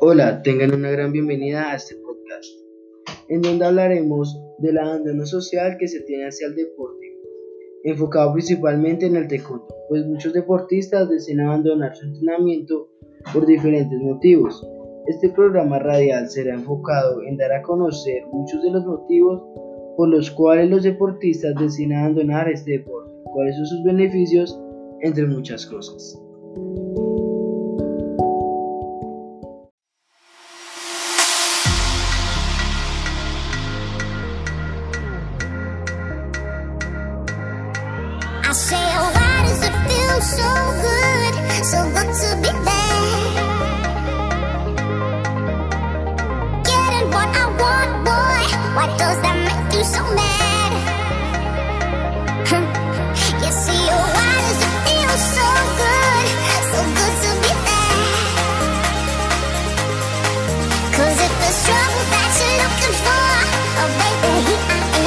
Hola, tengan una gran bienvenida a este podcast, en donde hablaremos del abandono social que se tiene hacia el deporte, enfocado principalmente en el taekwondo, pues muchos deportistas deciden abandonar su entrenamiento por diferentes motivos. Este programa radial será enfocado en dar a conocer muchos de los motivos por los cuales los deportistas deciden abandonar este deporte, cuáles son sus beneficios, entre muchas cosas. So good to be there, getting what I want, boy. Why does that make you so mad? You see, why does it feel so good to be there? 'Cause if there's trouble that you're looking for, oh baby, here I am.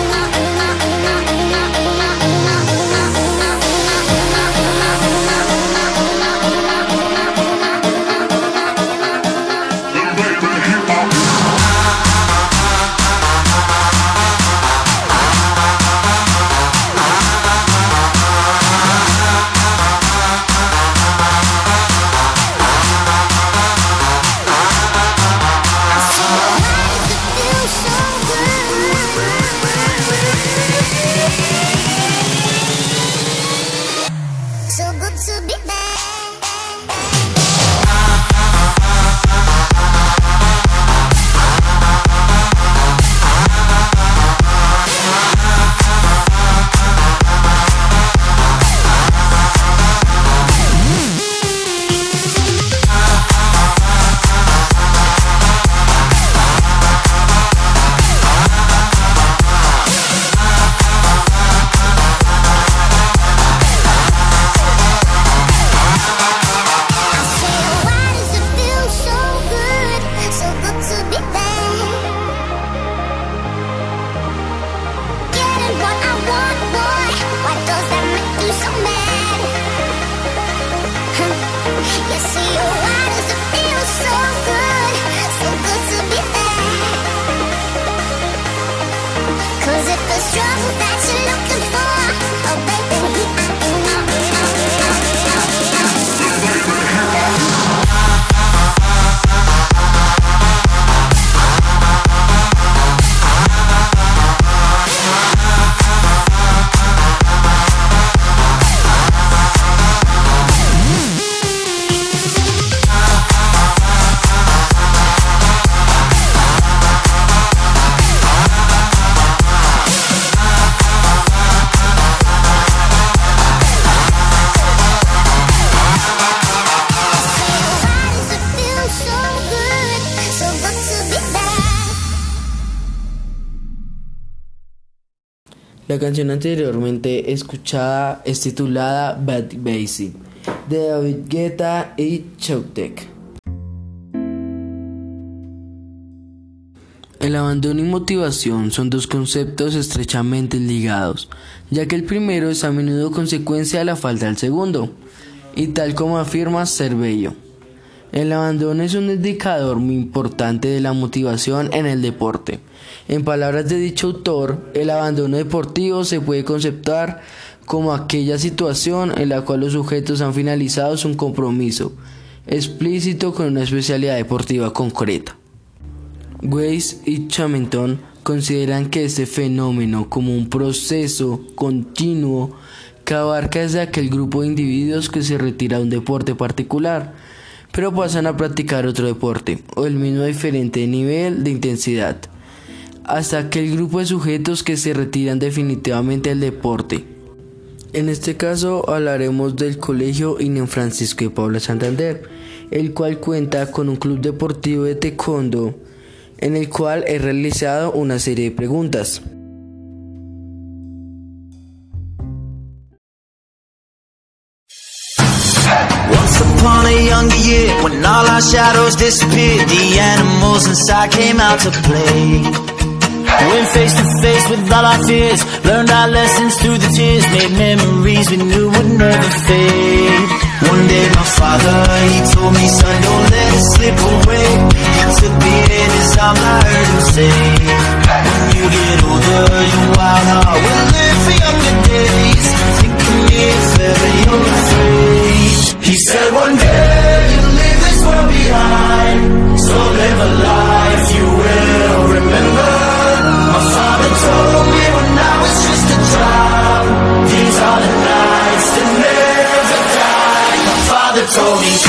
La canción anteriormente escuchada es titulada Bad Bassy, de David Guetta y Chowtek. El abandono y motivación son dos conceptos estrechamente ligados, ya que el primero es a menudo consecuencia de la falta del segundo, y tal como afirma Cervello, el abandono es un indicador muy importante de la motivación en el deporte. En palabras de dicho autor, el abandono deportivo se puede conceptuar como aquella situación en la cual los sujetos han finalizado su compromiso explícito con una especialidad deportiva concreta. Weiss y Chamberlain consideran que este fenómeno como un proceso continuo que abarca desde aquel grupo de individuos que se retira de un deporte particular, pero pasan a practicar otro deporte o el mismo a diferente nivel de intensidad, hasta aquel grupo de sujetos que se retiran definitivamente del deporte. En este caso hablaremos del Colegio Inen Francisco de Paula Santander, el cual cuenta con un club deportivo de taekwondo, en el cual he realizado una serie de preguntas. Once upon a younger year, when all our shadows disappeared, the animals inside came out to play. Went face to face with all our fears, learned our lessons through the tears, made memories we knew would never fade. One day my father, he told me, son, don't let it slip away. He took me in his arms, I heard him say, when you get older, your wild heart will live for younger days. Think of me if ever you're afraid. He said one day you'll leave this world behind, so live a life you will remember. My father told me when I was just a child, these are the nights that never die. My father told me.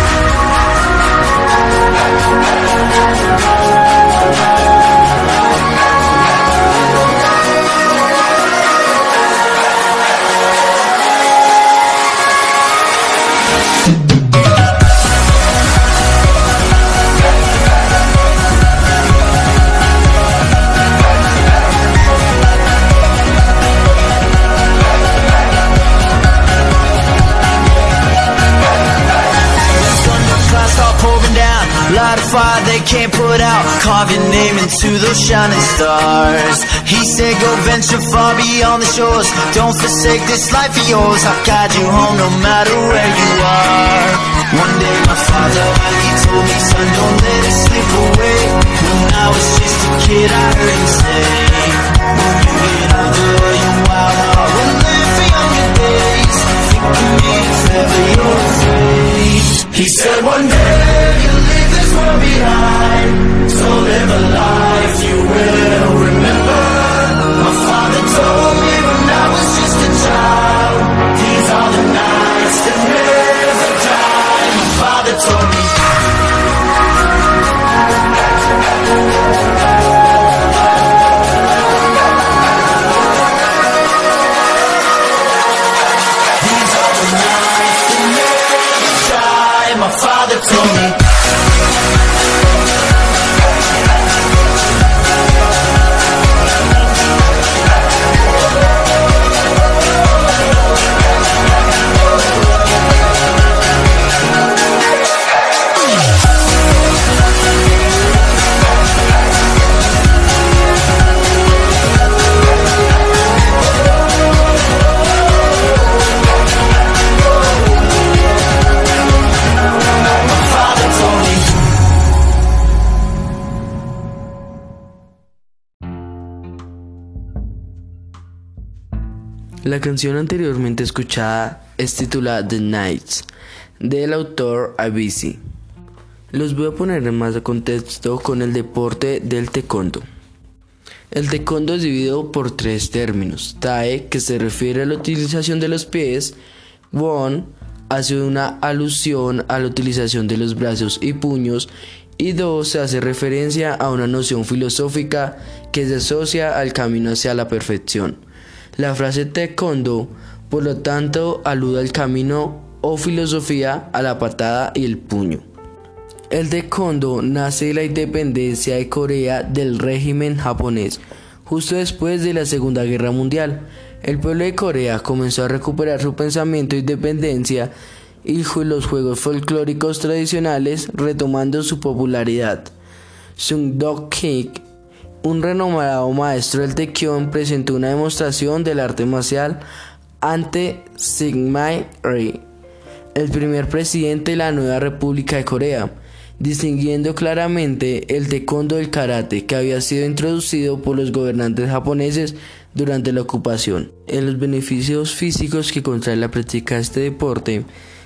Light a fire they can't put out, carve your name into those shining stars. He said go venture far beyond the shores, don't forsake this life of yours. I'll guide you home no matter where you are. One day my father, he told me, son, don't let it slip away. When I was just a kid I heard him say, when you get older your wild heart will live for younger days. Think of me if ever you're afraid. He said one day you'll leave this world behind, so live a life you will remember. My father told me when I was just a child, these are the nights that never die. My father told me. These are the nights that never die. My father told me. La canción anteriormente escuchada es titulada The Nights, del autor Avicii. Los voy a poner en más contexto con el deporte del taekwondo. El taekwondo es dividido por tres términos. Tae, que se refiere a la utilización de los pies. Won hace una alusión a la utilización de los brazos y puños. Y Do se hace referencia a una noción filosófica que se asocia al camino hacia la perfección. La frase taekwondo, por lo tanto, alude al camino o filosofía, a la patada y el puño. El taekwondo nace de la independencia de Corea del régimen japonés. Justo después de la Segunda Guerra Mundial, el pueblo de Corea comenzó a recuperar su pensamiento de independencia y los juegos folclóricos tradicionales retomando su popularidad. Sung Dok-kik, un renombrado maestro del taekwondo, presentó una demostración del arte marcial ante Syngman Rhee, el primer presidente de la nueva República de Corea, distinguiendo claramente el taekwondo del karate que había sido introducido por los gobernantes japoneses durante la ocupación. En los beneficios físicos que contrae la práctica de este deporte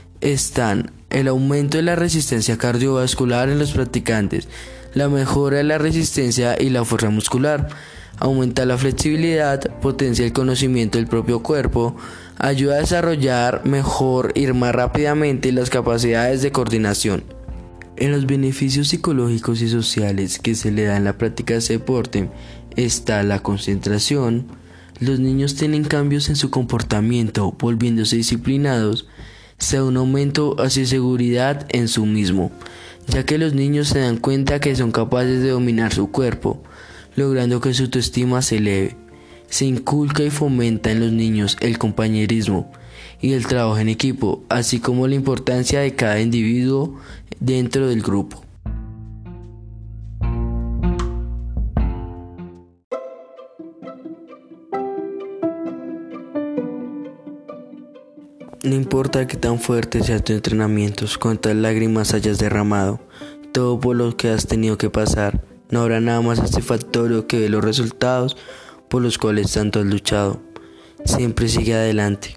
están el aumento de la resistencia cardiovascular en los practicantes, la mejora de la resistencia y la fuerza muscular, aumenta la flexibilidad, potencia el conocimiento del propio cuerpo, ayuda a desarrollar mejor y más rápidamente las capacidades de coordinación. En los beneficios psicológicos y sociales que se le da en la práctica de este deporte está la concentración. Los niños tienen cambios en su comportamiento, volviéndose disciplinados. Se da un aumento hacia seguridad en sí mismo, ya que los niños se dan cuenta que son capaces de dominar su cuerpo, logrando que su autoestima se eleve. Se inculca y fomenta en los niños el compañerismo y el trabajo en equipo, así como la importancia de cada individuo dentro del grupo. No importa qué tan fuerte sean tus entrenamientos, cuántas lágrimas hayas derramado, todo por lo que has tenido que pasar, no habrá nada más satisfactorio que ver los resultados por los cuales tanto has luchado. Siempre sigue adelante.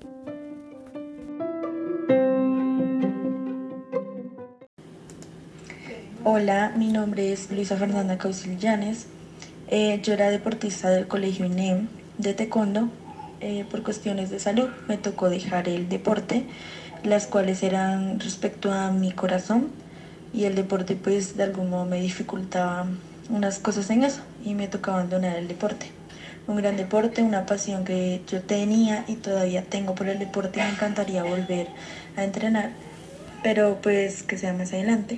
Hola, mi nombre es Luisa Fernanda Causil Llanes. Yo era deportista del colegio INEM de taekwondo. Por cuestiones de salud me tocó dejar el deporte, las cuales eran respecto a mi corazón, y el deporte pues de algún modo me dificultaba unas cosas en eso y me tocó abandonar el deporte. Un gran deporte, una pasión que yo tenía y todavía tengo por el deporte, y me encantaría volver a entrenar, pero pues que sea más adelante.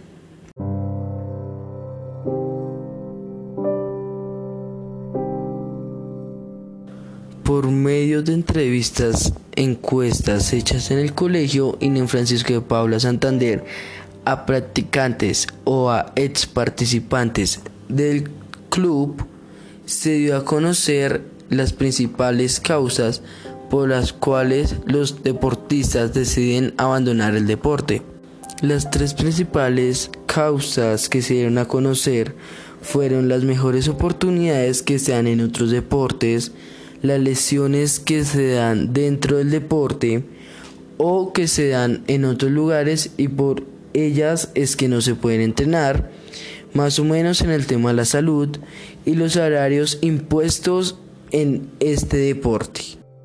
Por medio de entrevistas, encuestas hechas en el colegio INEM Francisco de Paula Santander a practicantes o a ex participantes del club, se dio a conocer las principales causas por las cuales los deportistas deciden abandonar el deporte. Las tres principales causas que se dieron a conocer fueron las mejores oportunidades que se dan en otros deportes, las lesiones que se dan dentro del deporte o que se dan en otros lugares y por ellas es que no se pueden entrenar, más o menos en el tema de la salud y los horarios impuestos en este deporte.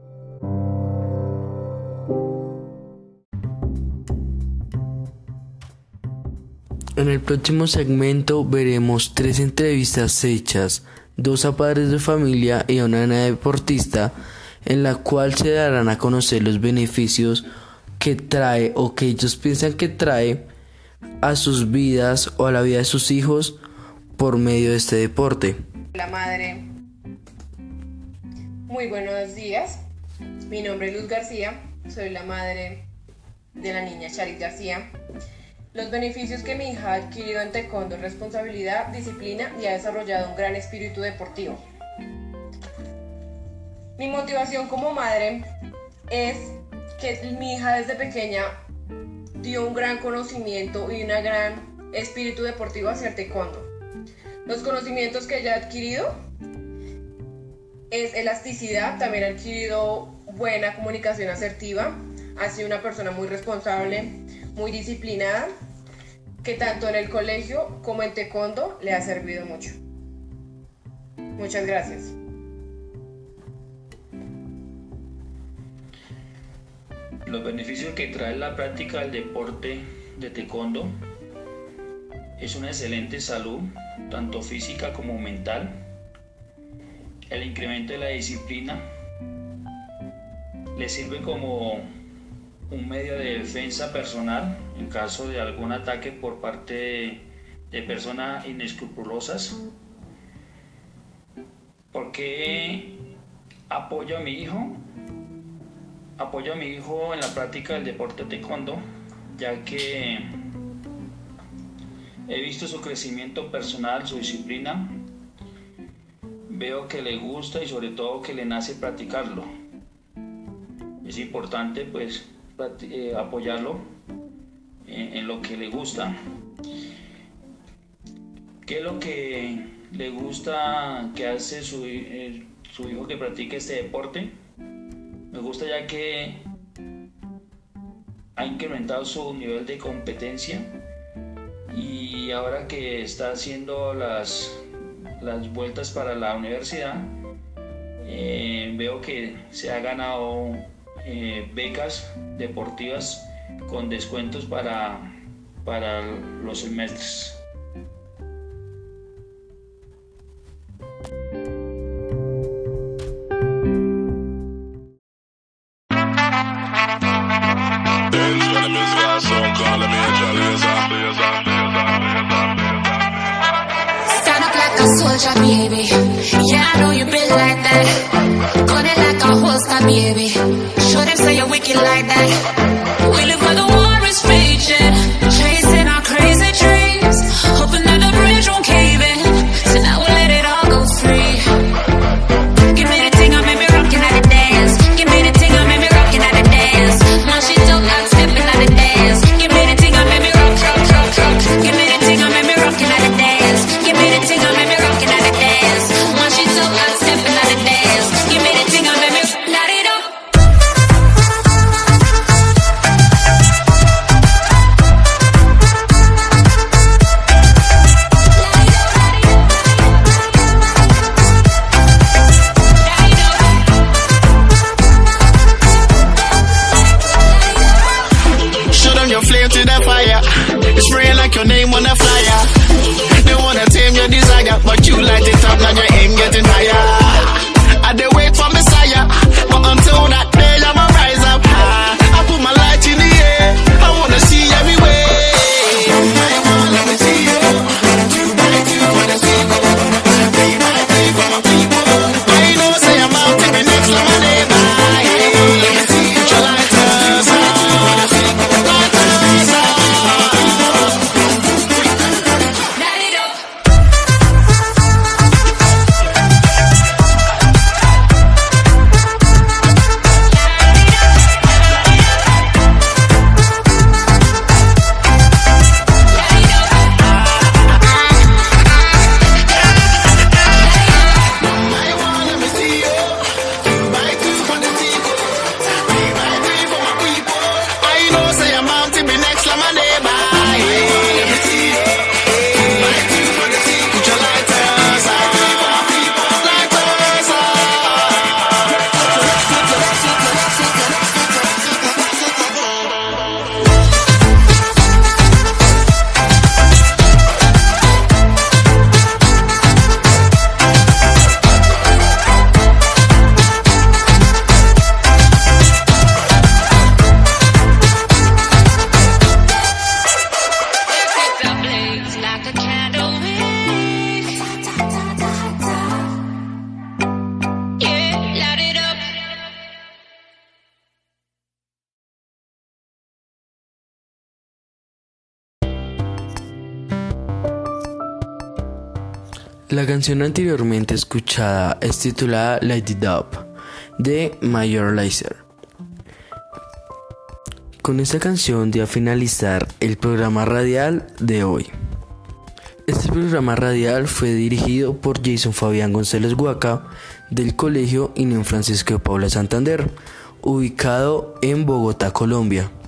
En el próximo segmento veremos 3 entrevistas hechas, 2 a padres de familia y a una deportista, en la cual se darán a conocer los beneficios que trae o que ellos piensan que trae a sus vidas o a la vida de sus hijos por medio de este deporte. La madre. Muy buenos días. Mi nombre es Luz García. Soy la madre de la niña Charis García. Los beneficios que mi hija ha adquirido en taekwondo: responsabilidad, disciplina, y ha desarrollado un gran espíritu deportivo. Mi motivación como madre es que mi hija desde pequeña dio un gran conocimiento y un gran espíritu deportivo hacia el taekwondo. Los conocimientos que ella ha adquirido es elasticidad, también ha adquirido buena comunicación asertiva, ha sido una persona muy responsable, muy disciplinada, que tanto en el colegio como en taekwondo le ha servido mucho. Muchas gracias. Los beneficios que trae la práctica del deporte de taekwondo es una excelente salud, tanto física como mental, el incremento de la disciplina, le sirve como un medio de defensa personal en caso de algún ataque por parte de personas inescrupulosas. ¿Por qué apoyo a mi hijo? Apoyo a mi hijo en la práctica del deporte taekwondo, ya que he visto su crecimiento personal, su disciplina, veo que le gusta y sobre todo que le nace practicarlo. Es importante pues apoyarlo en lo que le gusta. ¿Qué es lo que le gusta que hace su hijo que practique este deporte? Me gusta ya que ha incrementado su nivel de competencia y ahora que está haciendo las vueltas para la universidad, veo que se ha ganado becas deportivas con descuentos para los semestres. Stand up like a soldier, baby. Yeah, I know you been like that. Gun it like a holster, baby. Show them say you're wicked like that. We live where the war is raging, chasing our crazy dreams, hoping that the bridge won't cave in. So now we'll let it all go free. Give me the thing, I make me rockin' at the dance. Give me the thing, I make me rockin' at the dance. La canción anteriormente escuchada es titulada Light It Up de Major Lazer. Con esta canción di a finalizar el programa radial de hoy. Este programa radial fue dirigido por Jason Fabián González Guaca del Colegio INEM Francisco de Paula Santander, ubicado en Bogotá, Colombia.